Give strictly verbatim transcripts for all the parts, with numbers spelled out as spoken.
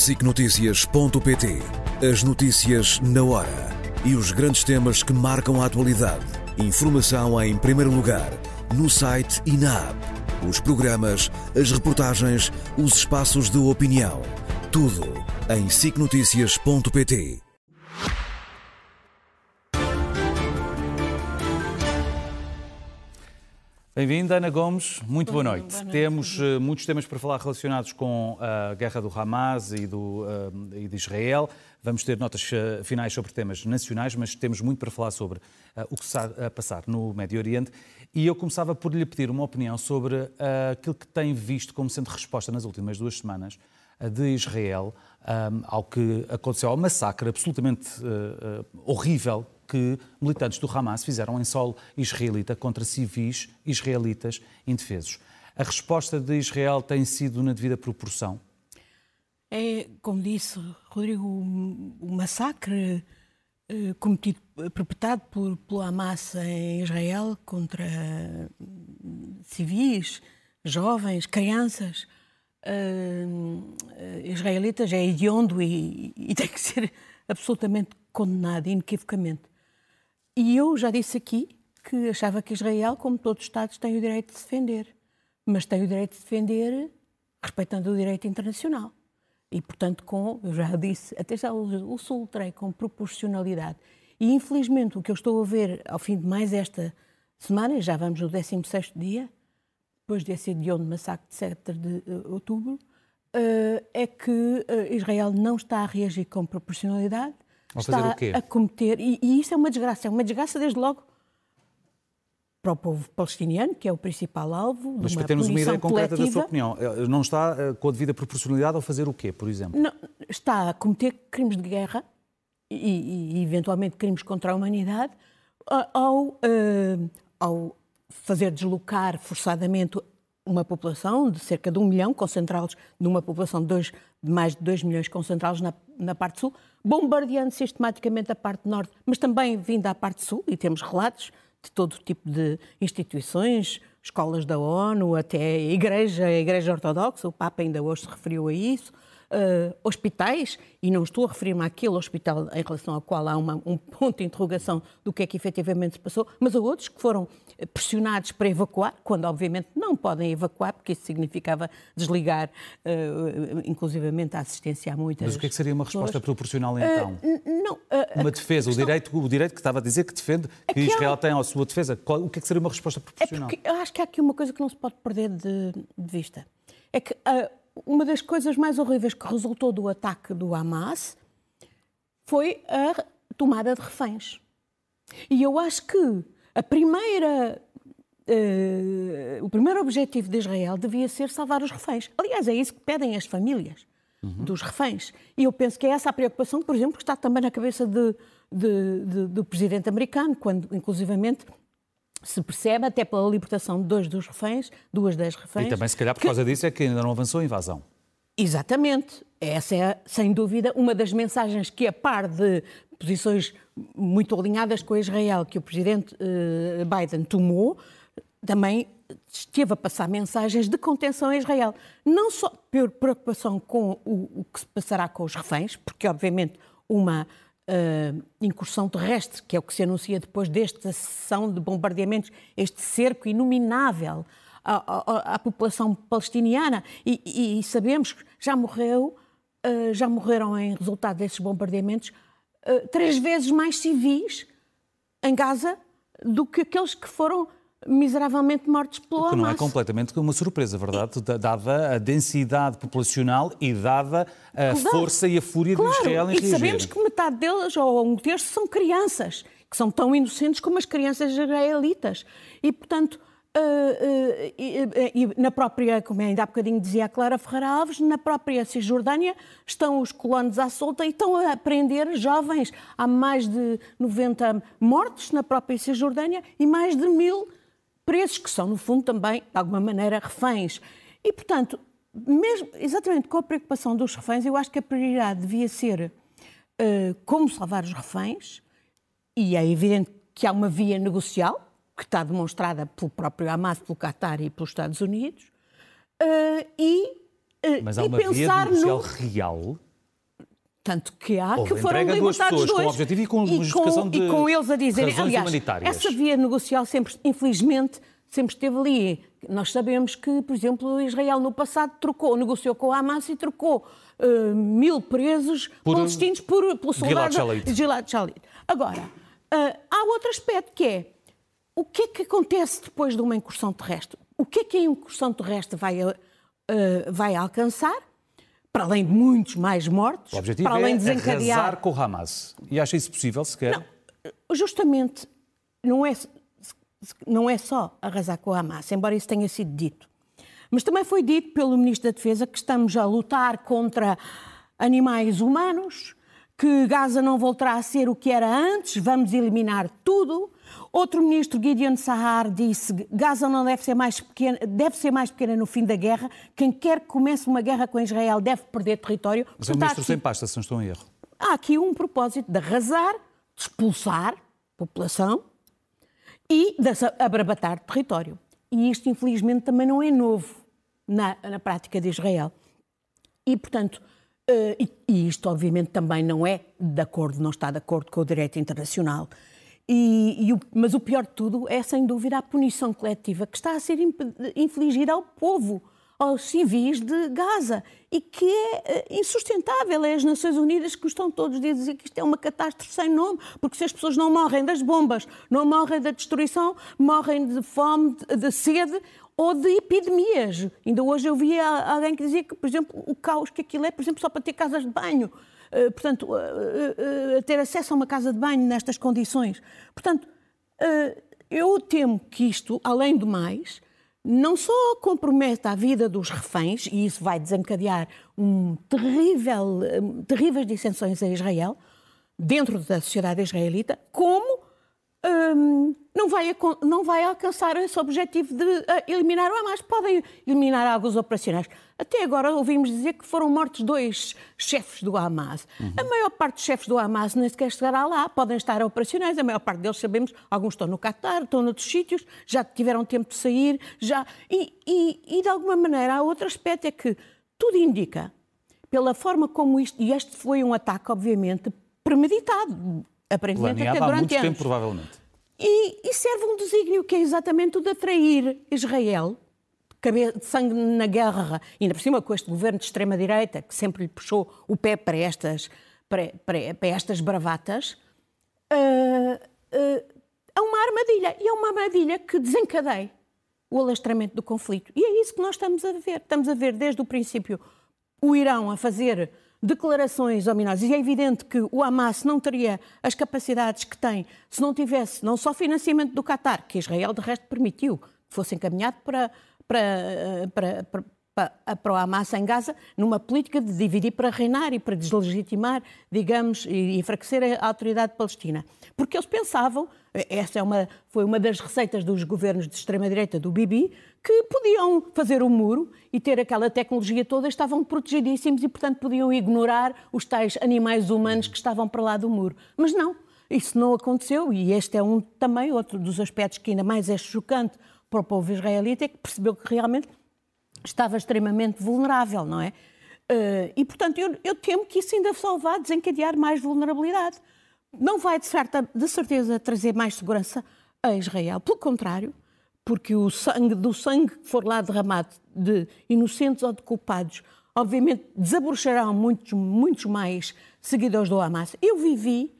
sic notícias ponto pt. As notícias na hora e os grandes temas que marcam a atualidade. Informação em primeiro lugar, no site e na app. Os programas, as reportagens, os espaços de opinião. Tudo em sic notícias ponto pt. Bem-vinda, Ana Gomes. Muito boa noite. Boa noite. Temos uh, muitos temas para falar relacionados com a guerra do Hamas e, do, uh, e de Israel. Vamos ter notas uh, finais sobre temas nacionais, mas temos muito para falar sobre uh, o que está a passar no Médio Oriente. E eu começava por lhe pedir uma opinião sobre uh, aquilo que tem visto como sendo resposta nas últimas duas semanas uh, de Israel um, ao que aconteceu, ao massacre absolutamente uh, uh, horrível que militantes do Hamas fizeram em solo israelita contra civis israelitas indefesos. A resposta de Israel tem sido na devida proporção? É, como disse Rodrigo, o massacre eh, cometido, perpetrado por, pelo Hamas em Israel contra civis, jovens, crianças eh, israelitas é hediondo e, e tem que ser absolutamente condenado, inequivocamente. E eu já disse aqui que achava que Israel, como todos os Estados, tem o direito de se defender. Mas tem o direito de se defender respeitando o direito internacional. E, portanto, com, eu já disse, até já o soltei com proporcionalidade. E, infelizmente, o que eu estou a ver ao fim de mais esta semana, já vamos no décimo sexto dia, depois desse hediondo massacre de sete de outubro, é que Israel não está a reagir com proporcionalidade, está a cometer, e, e isso é uma desgraça, é uma desgraça desde logo para o povo palestiniano, que é o principal alvo. Mas de uma para termos uma ideia concreta coletiva. da sua opinião, não está com a devida proporcionalidade a fazer o quê, por exemplo? Não, está a cometer crimes de guerra e, e eventualmente crimes contra a humanidade ao, uh, ao fazer deslocar forçadamente uma população de cerca de um milhão, concentrá-los numa população de, dois, de mais de dois milhões, concentrá-los na, na parte sul, bombardeando sistematicamente a parte norte, mas também vindo à parte sul, e temos relatos de todo tipo de instituições, escolas da ONU, até a Igreja, a Igreja Ortodoxa, o Papa ainda hoje se referiu a isso, uh, hospitais, e não estou a referir-me àquele hospital em relação ao qual há uma, um ponto de interrogação do que é que efetivamente se passou, mas a outros que foram pressionados para evacuar, quando obviamente não podem evacuar, porque isso significava desligar, uh, inclusivamente, a assistência a muitas Mas o que é que seria uma resposta pessoas. proporcional, então? Uh, não, uh, uma defesa, questão... o, direito, o direito que estava a dizer que defende, que Aquela... Israel tem à sua defesa. O que é que seria uma resposta proporcional? É porque eu acho que há aqui uma coisa que não se pode perder de, de vista. É que uh, uma das coisas mais horríveis que resultou do ataque do Hamas foi a tomada de reféns. E eu acho que a primeira, uh, o primeiro objetivo de Israel devia ser salvar os reféns. Aliás, é isso que pedem as famílias uhum. dos reféns. E eu penso que é essa a preocupação, por exemplo, que está também na cabeça de, de, de, do presidente americano, quando, inclusivamente, se percebe, até pela libertação de dois dos reféns, duas das reféns... E também, se calhar, por que... causa disso, é que ainda não avançou a invasão. Exatamente. Essa é, sem dúvida, uma das mensagens que, a par de posições muito alinhadas com Israel, que o presidente uh, Biden tomou, também esteve a passar mensagens de contenção a Israel. Não só por preocupação com o, o que se passará com os reféns, porque, obviamente, uma uh, incursão terrestre, que é o que se anuncia depois desta sessão de bombardeamentos, este cerco inominável à, à, à população palestiniana, e, e, e sabemos que já morreu, uh, já morreram em resultado desses bombardeamentos uh, três vezes mais civis em Gaza do que aqueles que foram miseravelmente mortos pelo Hamas. O que não é completamente uma surpresa, verdade? Dada a densidade populacional e dada a claro, força e a fúria claro, de Israel em e reagir. Sabemos que metade deles, ou um terço, são crianças, que são tão inocentes como as crianças israelitas. E, portanto, uh, uh, e, e na própria, como ainda há bocadinho dizia a Clara Ferreira Alves, na própria Cisjordânia estão os colonos à solta e estão a prender jovens. Há mais de noventa mortos na própria Cisjordânia e mais de mil presos, que são, no fundo, também, de alguma maneira, reféns. E, portanto, mesmo, exatamente com a preocupação dos reféns, eu acho que a prioridade devia ser uh, como salvar os reféns, e é evidente que há uma via negocial, que está demonstrada pelo próprio Hamas, pelo Qatar e pelos Estados Unidos, uh, e, uh, Mas há e uma pensar via negocial no... real? Tanto que há Houve que foram entrega libertados duas pessoas, dois. com o objetivo e com e justificação de E com eles a dizerem, razões aliás, humanitárias. essa via negocial sempre, infelizmente, sempre esteve ali. Nós sabemos que, por exemplo, Israel no passado trocou, negociou com a Hamas e trocou uh, mil presos por, palestinos por, pelo soldado Gilad Shalit. Agora, uh, há outro aspecto que é, o que é que acontece depois de uma incursão terrestre? O que é que a incursão terrestre vai, uh, vai alcançar? Para além de muitos mais mortos, o objetivo para além de é desencadear... arrasar com o Hamas. E acha isso possível, sequer? Não, justamente, não é, não é só arrasar com o Hamas, embora isso tenha sido dito. Mas também foi dito pelo Ministro da Defesa que estamos a lutar contra animais humanos, que Gaza não voltará a ser o que era antes, vamos eliminar tudo. Outro ministro, Gideon Sa'ar, disse que Gaza não deve ser mais pequena, deve ser mais pequena no fim da guerra. Quem quer que comece uma guerra com Israel deve perder território. Mas é um ministro sem pasta, se não estou em erro. Há aqui um propósito de arrasar, de expulsar a população e de abravatar território. E isto, infelizmente, também não é novo na, na prática de Israel. E, portanto, uh, e, e isto, obviamente, também não é de acordo, não está de acordo com o direito internacional. E, e o, mas o pior de tudo é, sem dúvida, a punição coletiva que está a ser infligida ao povo, aos civis de Gaza, e que é insustentável. É as Nações Unidas que estão todos a dizer que isto é uma catástrofe sem nome, porque se as pessoas não morrem das bombas, não morrem da destruição, morrem de fome, de sede ou de epidemias. Ainda hoje eu vi alguém que dizia que, por exemplo, o caos que aquilo é, por exemplo, só para ter casas de banho. Uh, portanto, uh, uh, uh, ter acesso a uma casa de banho nestas condições. Portanto, uh, eu temo que isto, além do mais, não só compromete a vida dos reféns, e isso vai desencadear um terrível, um, terríveis dissensões a Israel, dentro da sociedade israelita, como um, não, vai, não vai alcançar esse objetivo de uh, eliminar o Hamas. Podem eliminar alguns operacionais. Até agora ouvimos dizer que foram mortos dois chefes do Hamas. Uhum. A maior parte dos chefes do Hamas nem sequer chegará lá, podem estar operacionais, a maior parte deles sabemos, alguns estão no Qatar, estão noutros sítios, já tiveram tempo de sair, já... E, e, e de alguma maneira há outro aspecto, é que tudo indica, pela forma como isto, e este foi um ataque, obviamente, premeditado, aparentemente até durante há muito anos. tempo, provavelmente. E, e serve um desígnio que é exatamente o de atrair Israel, de sangue na guerra, ainda por cima com este governo de extrema-direita, que sempre lhe puxou o pé para estas, para, para, para estas bravatas, uh, uh, é uma armadilha. E é uma armadilha que desencadeia o alastramento do conflito. E é isso que nós estamos a ver. Estamos a ver desde o princípio o Irão a fazer declarações ominosas. E é evidente que o Hamas não teria as capacidades que tem se não tivesse não só financiamento do Qatar, que Israel de resto permitiu que fosse encaminhado para... Para, para, para, para o Hamas em Gaza, numa política de dividir para reinar e para deslegitimar, digamos, e enfraquecer a autoridade palestina. Porque eles pensavam, essa é uma, foi uma das receitas dos governos de extrema-direita do Bibi, que podiam fazer o muro e ter aquela tecnologia toda, estavam protegidíssimos e, portanto, podiam ignorar os tais animais humanos que estavam para lá do muro. Mas não, isso não aconteceu, e este é um, também outro dos aspectos que ainda mais é chocante para o povo israelita, é que percebeu que realmente estava extremamente vulnerável, não é? Uh, e, portanto, eu, eu temo que isso ainda só vá desencadear mais vulnerabilidade. Não vai, de, certa, de certeza, trazer mais segurança a Israel. Pelo contrário, porque o sangue, do sangue que for lá derramado de inocentes ou de culpados, obviamente desabrocharão muitos, muitos mais seguidores do Hamas. Eu vivi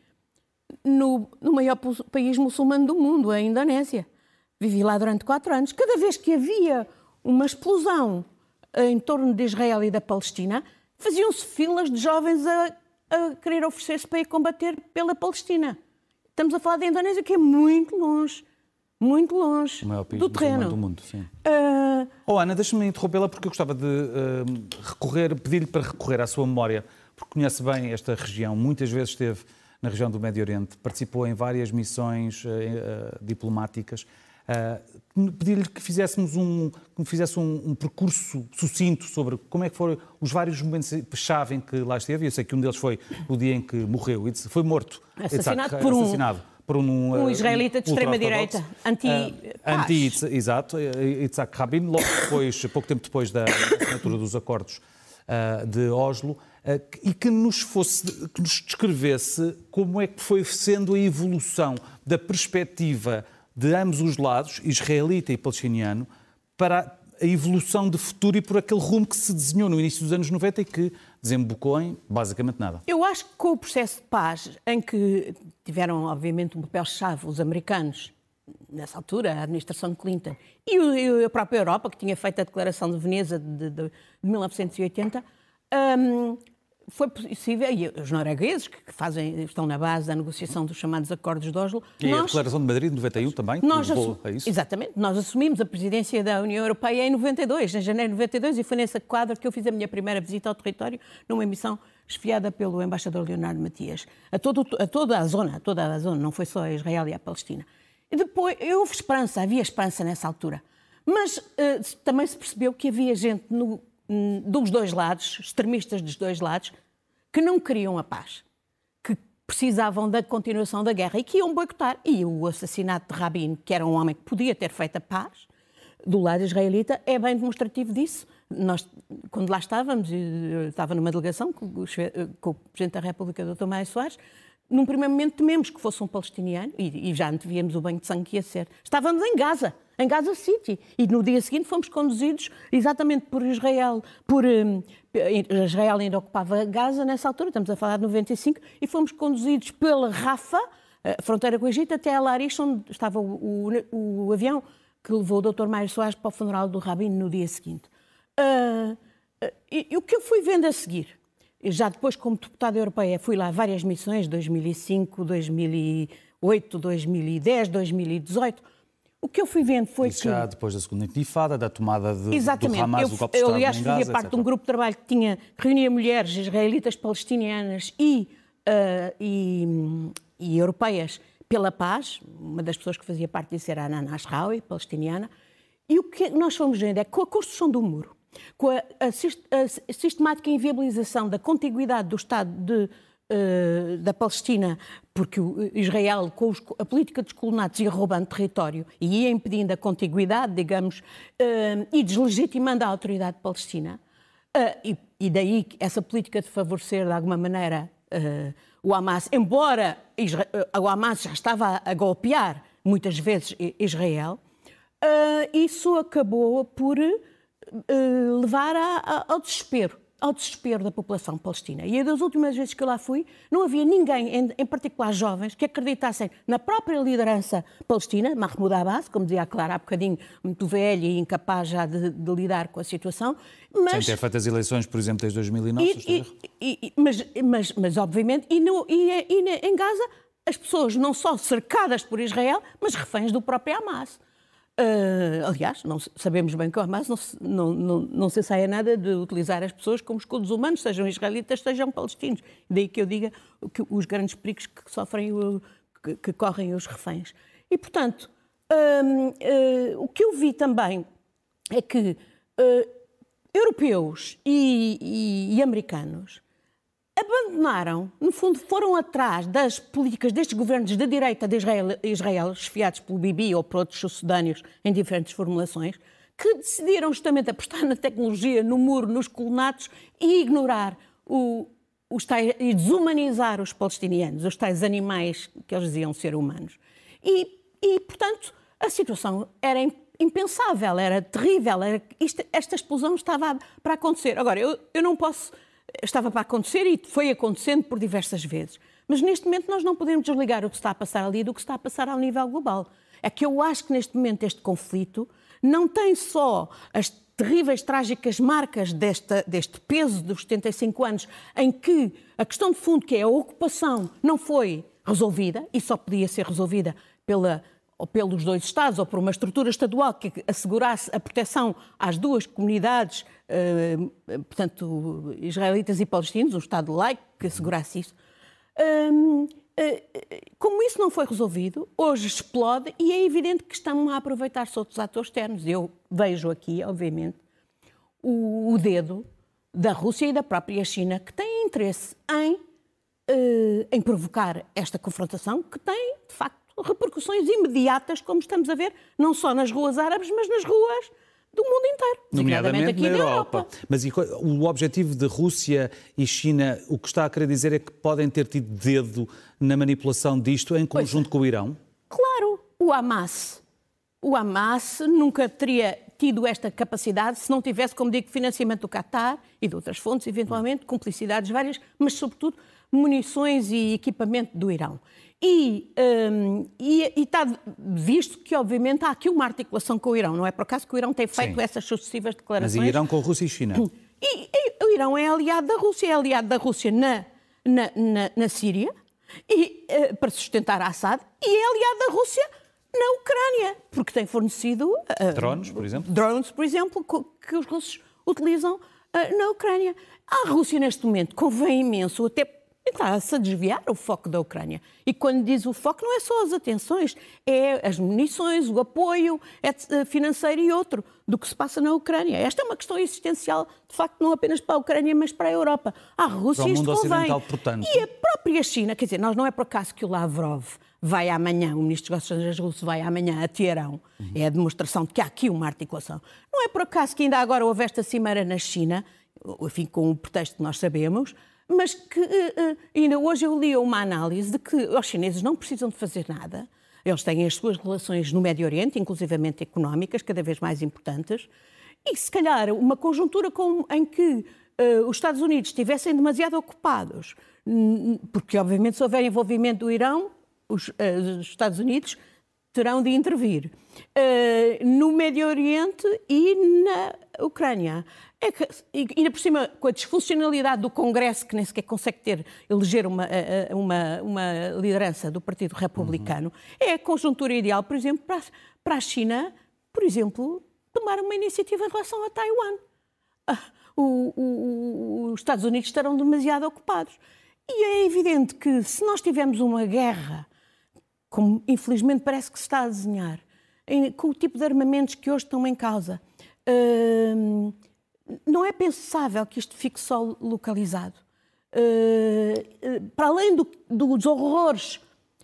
no, no maior país muçulmano do mundo, a Indonésia. Vivi lá durante quatro anos. Cada vez que havia uma explosão em torno de Israel e da Palestina, faziam-se filas de jovens a, a querer oferecer-se para ir combater pela Palestina. Estamos a falar da Indonésia, que é muito longe, muito longe o maior país do terreno. do mundo, sim. Uh... Oh, Ana, deixa-me interrompê-la porque eu gostava de uh, recorrer, pedir-lhe para recorrer à sua memória, porque conhece bem esta região, muitas vezes esteve na região do Médio Oriente, participou em várias missões uh, uh, diplomáticas. Uh, pedir-lhe que fizéssemos um, que fizesse um, um percurso sucinto sobre como é que foram os vários momentos-chave em que lá esteve. Eu sei que um deles foi o dia em que morreu, foi morto, assassinado, Itzhak, por, um, assassinado por um, um israelita de extrema-direita, anti, uh, anti Exato, Itzhak Rabin, logo depois, pouco tempo depois da assinatura dos acordos uh, de Oslo, uh, e que nos, fosse, que nos descrevesse como é que foi sendo a evolução da perspectiva de ambos os lados, israelita e palestiniano, para a evolução de futuro e por aquele rumo que se desenhou no início dos anos noventa e que desembocou em basicamente nada. Eu acho que com o processo de paz, em que tiveram, obviamente, um papel-chave os americanos, nessa altura, a administração de Clinton, e, o, e a própria Europa, que tinha feito a Declaração de Veneza de, de, de mil novecentos e oitenta, um, foi possível, e os noruegueses, que fazem, estão na base da negociação dos chamados Acordos de Oslo... E nós, a Declaração de Madrid de noventa e um também, que nós levou a isso? Exatamente. Nós assumimos a presidência da União Europeia em noventa e dois, em janeiro de noventa e dois, e foi nesse quadro que eu fiz a minha primeira visita ao território, numa missão esfiada pelo embaixador Leonardo Matias, a, todo, a toda a zona, a toda a zona, não foi só a Israel e a Palestina. E depois, houve esperança, havia esperança nessa altura. Mas uh, também se percebeu que havia gente no, dos dois lados, extremistas dos dois lados, que não queriam a paz, que precisavam da continuação da guerra e que iam boicotar. E o assassinato de Rabin, que era um homem que podia ter feito a paz, do lado israelita, é bem demonstrativo disso. Nós, quando lá estávamos, eu estava numa delegação com o, com o Presidente da República, doutor Mário Soares, num primeiro momento tememos que fosse um palestiniano e, e já antevíamos o banho de sangue que ia ser. Estávamos em Gaza, em Gaza City, e no dia seguinte fomos conduzidos exatamente por Israel, por um, Israel ainda ocupava Gaza nessa altura, estamos a falar de noventa e cinco, e fomos conduzidos pela Rafa, a fronteira com o Egito, até a Larish, onde estava o, o, o avião que levou o doutor Mário Soares para o funeral do Rabin no dia seguinte. Uh, uh, e, e o que eu fui vendo a seguir? Já depois, como deputada europeia, fui lá a várias missões, dois mil e cinco, dois mil e oito, dois mil e dez, dois mil e dezoito. O que eu fui vendo foi Isso que... já depois da segunda intifada, da tomada de, Exatamente. do Hamas, eu, do golpe de eu, Estado aliás, em fazia Gaza, parte etcétera. de um grupo de trabalho que, tinha, que reunia mulheres israelitas, palestinianas e, uh, e, e europeias pela paz. Uma das pessoas que fazia parte disso era a Nana Ashrawi, palestiniana. E o que nós fomos vendo é que com a construção do muro, com a, a, a sistemática inviabilização da contiguidade do Estado de, uh, da Palestina, porque o Israel, com os, a política dos colonatos, ia roubando território e ia impedindo a contiguidade, digamos, uh, e deslegitimando a autoridade palestina, uh, e, e daí essa política de favorecer, de alguma maneira, uh, o Hamas, embora Isra- uh, o Hamas já estava a, a golpear muitas vezes Israel, uh, isso acabou por... Uh, levar a, a, ao desespero, ao desespero da população palestina. E das últimas vezes que eu lá fui, não havia ninguém, em, em particular jovens, que acreditassem na própria liderança palestina, Mahmoud Abbas, como dizia a Clara há bocadinho, muito velho e incapaz já de, de lidar com a situação. Mas, sem ter feito as eleições, por exemplo, desde dois mil e nove. E, e, e, mas, mas, mas, obviamente, e, no, e, e em Gaza, as pessoas não só cercadas por Israel, mas reféns do próprio Hamas. Uh, aliás, não, sabemos bem que o Hamas não, não, não, não se ensaia nada de utilizar as pessoas como escudos humanos, sejam israelitas, sejam palestinos. Daí que eu diga que os grandes perigos que sofrem, o, que, que correm os reféns. E, portanto, um, uh, o que eu vi também é que uh, europeus e, e, e americanos abandonaram, no fundo, foram atrás das políticas destes governos de direita de Israel, Israel esfiados pelo Bibi ou por outros sucedâneos em diferentes formulações, que decidiram justamente apostar na tecnologia, no muro, nos colonatos e ignorar o, os tais, e desumanizar os palestinianos, os tais animais que eles diziam ser humanos. E, e portanto, a situação era impensável, era terrível, era, isto, esta explosão estava para acontecer. Agora, eu, eu não posso... Estava para acontecer e foi acontecendo por diversas vezes. Mas neste momento nós não podemos desligar o que está a passar ali do que está a passar ao nível global. É que eu acho que neste momento este conflito não tem só as terríveis, trágicas marcas desta, deste peso dos setenta e cinco anos em que a questão de fundo, que é a ocupação, não foi resolvida e só podia ser resolvida pela... ou pelos dois Estados, ou por uma estrutura estadual que assegurasse a proteção às duas comunidades, eh, portanto, israelitas e palestinos, um Estado laico que assegurasse isso. Um, eh, como isso não foi resolvido, hoje explode e é evidente que estão a aproveitar-se outros atores externos. Eu vejo aqui, obviamente, o, o dedo da Rússia e da própria China, que têm interesse em, eh, em provocar esta confrontação, que tem, de facto, repercussões imediatas, como estamos a ver, não só nas ruas árabes, mas nas ruas do mundo inteiro, nomeadamente aqui na na Europa. Europa. Mas o objetivo de Rússia e China, o que está a querer dizer é que podem ter tido dedo na manipulação disto em conjunto com o Irão? Claro, o Hamas, o Hamas nunca teria tido esta capacidade se não tivesse, como digo, financiamento do Qatar e de outras fontes, eventualmente, cumplicidades várias, mas sobretudo munições e equipamento do Irão. E, um, e, e está visto que, obviamente, há aqui uma articulação com o Irão. Não é por acaso que o Irão tem feito Sim. essas sucessivas declarações. Mas e Irão com a Rússia e China? E, e o Irão é aliado da Rússia, é aliado da Rússia na, na, na, na Síria e, uh, para sustentar Assad, e é aliado da Rússia na Ucrânia, porque tem fornecido... Uh, drones, por exemplo? Drones, por exemplo, que os russos utilizam uh, na Ucrânia. A Rússia, neste momento, convém imenso, até está-se a desviar o foco da Ucrânia. E quando diz o foco, não é só as atenções, é as munições, o apoio financeiro e outro do que se passa na Ucrânia. Esta é uma questão existencial, de facto, não apenas para a Ucrânia, mas para a Europa. À Rússia isto convém. Portanto. E a própria China, quer dizer, nós não é por acaso que o Lavrov vai amanhã, o Ministro dos Negócios Estrangeiros russo vai amanhã a Teherão, uhum. é a demonstração de que há aqui uma articulação. Não é por acaso que ainda agora houve esta cimeira na China, enfim, com o pretexto que nós sabemos, mas que uh, uh, ainda hoje eu li uma análise de que os chineses não precisam de fazer nada. Eles têm as suas relações no Médio Oriente, inclusivamente económicas, cada vez mais importantes, e se calhar uma conjuntura com, em que uh, os Estados Unidos estivessem demasiado ocupados, porque obviamente se houver envolvimento do Irão, os, uh, os Estados Unidos terão de intervir uh, no Médio Oriente e na Ucrânia. É que, ainda por cima, com a disfuncionalidade do Congresso, que nem sequer consegue ter, eleger uma, uma, uma liderança do Partido Republicano, uhum. é a conjuntura ideal, por exemplo, para, para a China, por exemplo, tomar uma iniciativa em relação a Taiwan. Ah, o, o, os Estados Unidos estarão demasiado ocupados. E é evidente que, se nós tivermos uma guerra, como infelizmente parece que se está a desenhar, em, com o tipo de armamentos que hoje estão em causa, hum, não é pensável que isto fique só localizado. Uh, uh, para além do, dos horrores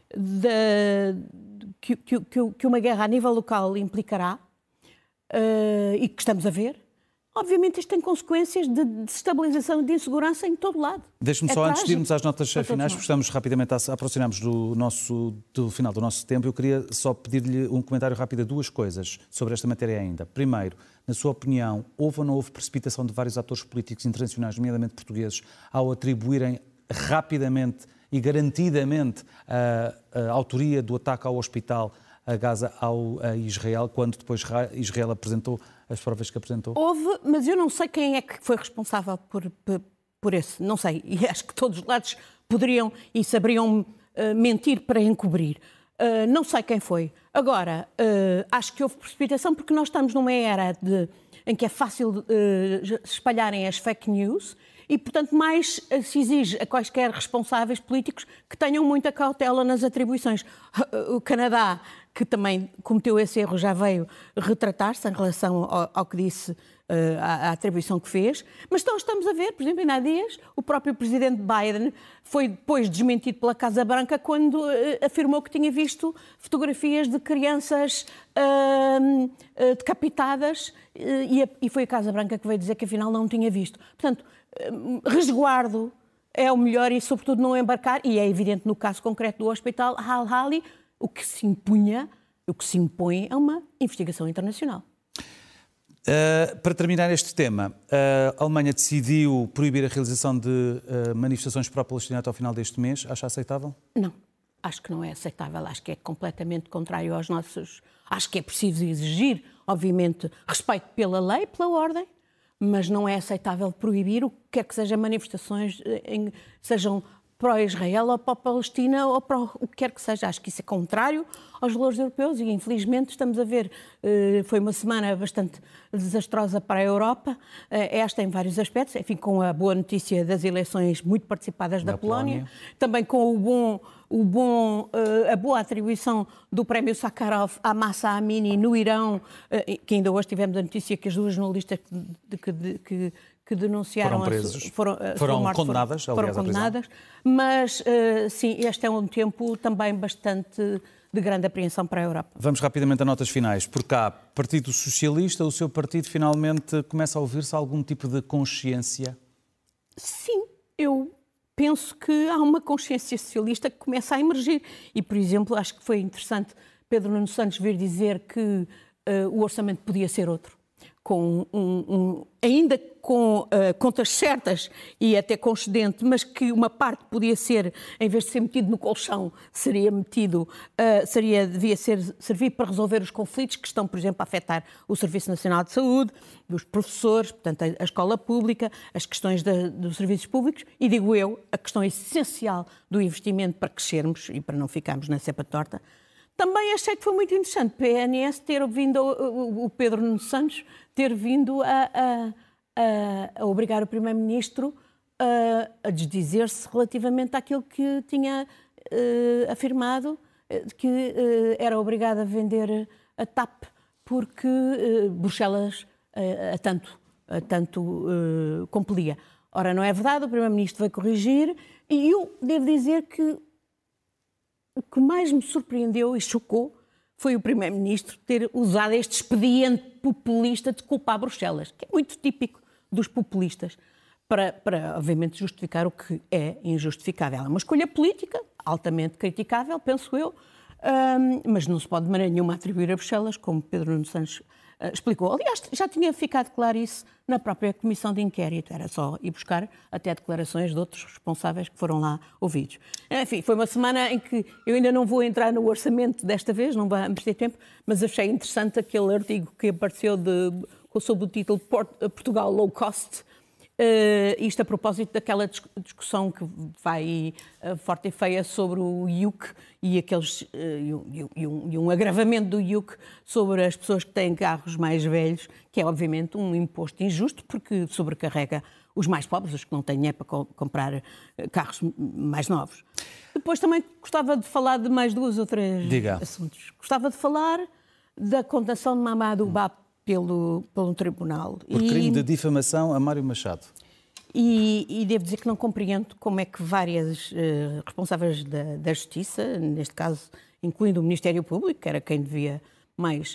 de, que, que, que uma guerra a nível local implicará, uh, e que estamos a ver, obviamente isto tem consequências de desestabilização e de insegurança em todo lado. Deixe-me é só, trágico. Antes de irmos às notas finais, porque estamos rapidamente a aproximar-nos do, nosso, do final do nosso tempo, eu queria só pedir-lhe um comentário rápido a duas coisas sobre esta matéria ainda. Primeiro, na sua opinião, houve ou não houve precipitação de vários atores políticos internacionais, nomeadamente portugueses, ao atribuírem rapidamente e garantidamente a, a autoria do ataque ao hospital a Gaza ao, a Israel, quando depois Israel apresentou as provas que apresentou? Houve, mas eu não sei quem é que foi responsável por, por, por esse, não sei, e acho que todos os lados poderiam e saberiam uh, mentir para encobrir. Uh, não sei quem foi. Agora, uh, acho que houve precipitação porque nós estamos numa era de, em que é fácil uh, espalharem as fake news e, portanto, mais se exige a quaisquer responsáveis políticos que tenham muita cautela nas atribuições. O Canadá, que também cometeu esse erro, já veio retratar-se em relação ao, ao que disse, uh, à, à atribuição que fez. Mas então estamos a ver, por exemplo, ainda há dias, o próprio presidente Biden foi depois desmentido pela Casa Branca quando uh, afirmou que tinha visto fotografias de crianças uh, uh, decapitadas uh, e, a, e foi a Casa Branca que veio dizer que afinal não tinha visto. Portanto, uh, resguardo é o melhor e, sobretudo, não embarcar, e é evidente no caso concreto do hospital Al-Ahli, o que se impunha, o que se impõe é uma investigação internacional. Uh, para terminar este tema, uh, a Alemanha decidiu proibir a realização de uh, manifestações pró-Palestina até ao final deste mês. Acha aceitável? Não, acho que não é aceitável. Acho que é completamente contrário aos nossos... Acho que é preciso exigir, obviamente, respeito pela lei, pela ordem, mas não é aceitável proibir o que quer que seja manifestações, em, sejam pró-Israel ou pró-Palestina ou para o que quer que seja. Acho que isso é contrário aos valores europeus e, infelizmente, estamos a ver, foi uma semana bastante desastrosa para a Europa, esta em vários aspectos, enfim, com a boa notícia das eleições muito participadas da, da Polónia, Polónia, também com o bom, o bom, a boa atribuição do prémio Sakharov à Mahsa Amini no Irão, que ainda hoje tivemos a notícia que as duas jornalistas que, que, que que denunciaram... Foram presos. A, foram, foram morte, condenadas, foram, aliás, foram condenadas, mas, uh, sim, este é um tempo também bastante de grande apreensão para a Europa. Vamos rapidamente a notas finais. Por cá, Partido Socialista, o seu partido finalmente começa a ouvir-se algum tipo de consciência? Sim, eu penso que há uma consciência socialista que começa a emergir. E, por exemplo, acho que foi interessante Pedro Nuno Santos vir dizer que uh, o orçamento podia ser outro. Com um, um, ainda com uh, contas certas e até com excedente, mas que uma parte podia ser, em vez de ser metido no colchão, seria metido, uh, seria, devia ser, servir para resolver os conflitos que estão, por exemplo, a afetar o Serviço Nacional de Saúde, dos professores, portanto, a, a escola pública, as questões da, dos serviços públicos e, digo eu, a questão essencial do investimento para crescermos e para não ficarmos na cepa torta. Também achei que foi muito interessante o P N S ter vindo, o Pedro Nuno Santos, ter vindo a, a, a, a obrigar o Primeiro-Ministro a, a desdizer-se relativamente àquilo que tinha uh, afirmado, que uh, era obrigado a vender a T A P porque uh, Bruxelas uh, a tanto, a tanto uh, compelia. Ora, não é verdade, o Primeiro-Ministro vai corrigir e eu devo dizer que o que mais me surpreendeu e chocou foi o Primeiro-Ministro ter usado este expediente populista de culpar Bruxelas, que é muito típico dos populistas, para, para obviamente, justificar o que é injustificável. É uma escolha política, altamente criticável, penso eu, um, mas não se pode de maneira nenhuma atribuir a Bruxelas, como Pedro Nuno Santos uh, explicou. Aliás, já tinha ficado claro isso na própria Comissão de Inquérito, era só ir buscar até declarações de outros responsáveis que foram lá ouvidos. Enfim, foi uma semana em que eu ainda não vou entrar no orçamento desta vez, não vamos ter tempo, mas achei interessante aquele artigo que apareceu de, sob o título Portugal Low Cost, Uh, isto a propósito daquela discussão que vai uh, forte e feia sobre o I U C e, aqueles, uh, e, um, e, um, e um agravamento do I U C sobre as pessoas que têm carros mais velhos, que é obviamente um imposto injusto porque sobrecarrega os mais pobres, os que não têm dinheiro para co comprar carros mais novos. Depois também gostava de falar de mais duas ou três Diga. assuntos. Gostava de falar da condenação de Mamadou Ba Pelo, pelo tribunal. Por e, crime de difamação a Mário Machado. E, e devo dizer que não compreendo como é que várias uh, responsáveis da, da Justiça, neste caso incluindo o Ministério Público, que era quem devia mais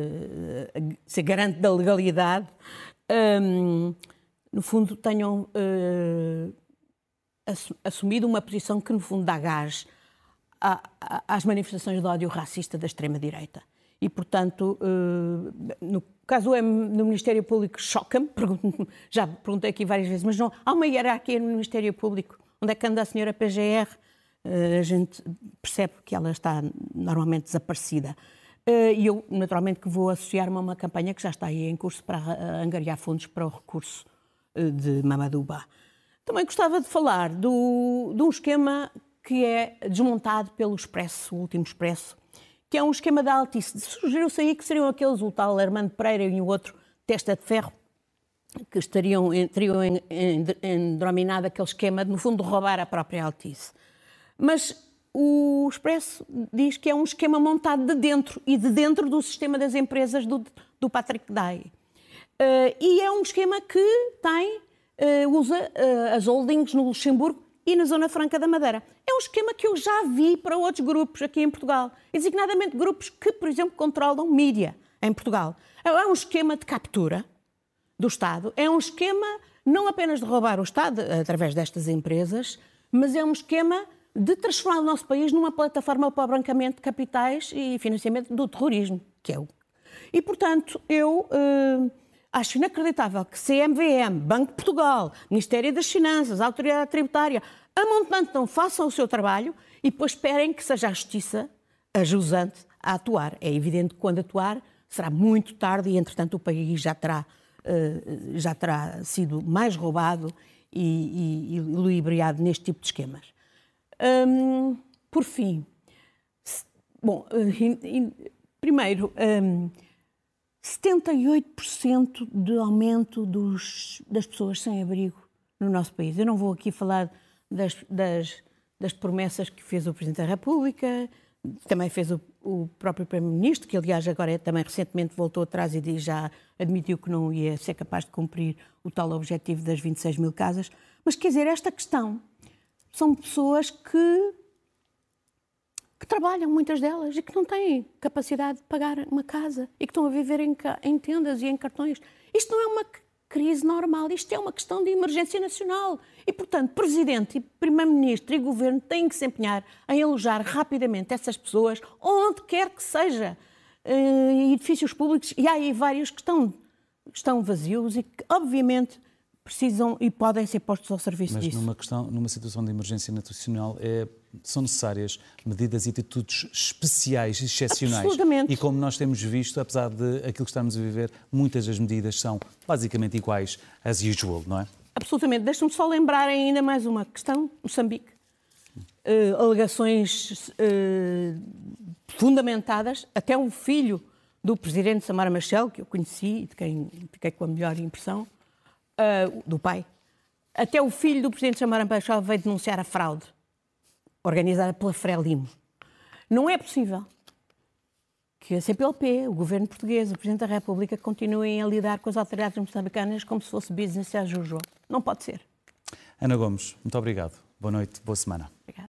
uh, ser garante da legalidade, um, no fundo tenham uh, assumido uma posição que no fundo dá gás a, a, às manifestações de ódio racista da extrema-direita. E, portanto, no caso no Ministério Público, choca-me, já perguntei aqui várias vezes, mas não, há uma hierarquia no Ministério Público. Onde é que anda a senhora P G R? A gente percebe que ela está normalmente desaparecida. E eu, naturalmente, que vou associar-me a uma campanha que já está aí em curso para angariar fundos para o recurso de Mamadou Ba. Também gostava de falar do, de um esquema que é desmontado pelo Expresso, o último Expresso, que é um esquema da Altice. Sugeriu-se aí que seriam aqueles, o tal Armando Pereira e o outro Testa de Ferro, que estariam, teriam denominado aquele esquema de, no fundo, de roubar a própria Altice. Mas o Expresso diz que é um esquema montado de dentro, e de dentro do sistema das empresas do, do Patrick Day. Uh, e é um esquema que tem, uh, usa uh, as holdings no Luxemburgo e na Zona Franca da Madeira. É um esquema que eu já vi para outros grupos aqui em Portugal, designadamente grupos que, por exemplo, controlam mídia em Portugal. É um esquema de captura do Estado, é um esquema não apenas de roubar o Estado através destas empresas, mas é um esquema de transformar o nosso país numa plataforma para o branqueamento de capitais e financiamento do terrorismo, que é o... E, portanto, eu... Uh, Acho inacreditável que C M V M, Banco de Portugal, Ministério das Finanças, Autoridade Tributária, a montante não façam o seu trabalho e depois esperem que seja a Justiça a jusante a atuar. É evidente que quando atuar será muito tarde e, entretanto, o país já terá, uh, já terá sido mais roubado e, e, e ludibriado neste tipo de esquemas. Um, por fim, bom, uh, in, in, primeiro... Um, setenta e oito por cento de aumento dos, das pessoas sem abrigo no nosso país. Eu não vou aqui falar das, das, das promessas que fez o Presidente da República, também fez o, o próprio Primeiro-Ministro, que aliás agora também recentemente voltou atrás e diz, já admitiu que não ia ser capaz de cumprir o tal objetivo das vinte e seis mil casas. Mas quer dizer, esta questão são pessoas que, que trabalham, muitas delas, e que não têm capacidade de pagar uma casa e que estão a viver em, em tendas e em cartões. Isto não é uma crise normal, isto é uma questão de emergência nacional. E, portanto, Presidente e Primeiro-Ministro e Governo têm que se empenhar em alojar rapidamente essas pessoas, onde quer que seja, em edifícios públicos, e há aí vários que estão, estão vazios e que, obviamente, precisam e podem ser postos ao serviço Mas disso. Mas numa, questão, numa situação de emergência nacional é, são necessárias medidas e atitudes especiais e excepcionais. Absolutamente. E como nós temos visto, apesar de aquilo que estamos a viver, muitas das medidas são basicamente iguais as usual, não é? Absolutamente. Deixe-me só lembrar ainda mais uma questão, Moçambique. Uh, alegações uh, fundamentadas, até o filho do presidente Samara Machel, que eu conheci e de quem fiquei com a melhor impressão, Uh, do pai. Até o filho do presidente Samara Machel veio denunciar a fraude organizada pela Frelimo. Não é possível que a C P L P, o governo português, o Presidente da República continuem a lidar com as autoridades moçambicanas como se fosse business as usual. Não pode ser. Ana Gomes, muito obrigado. Boa noite, boa semana.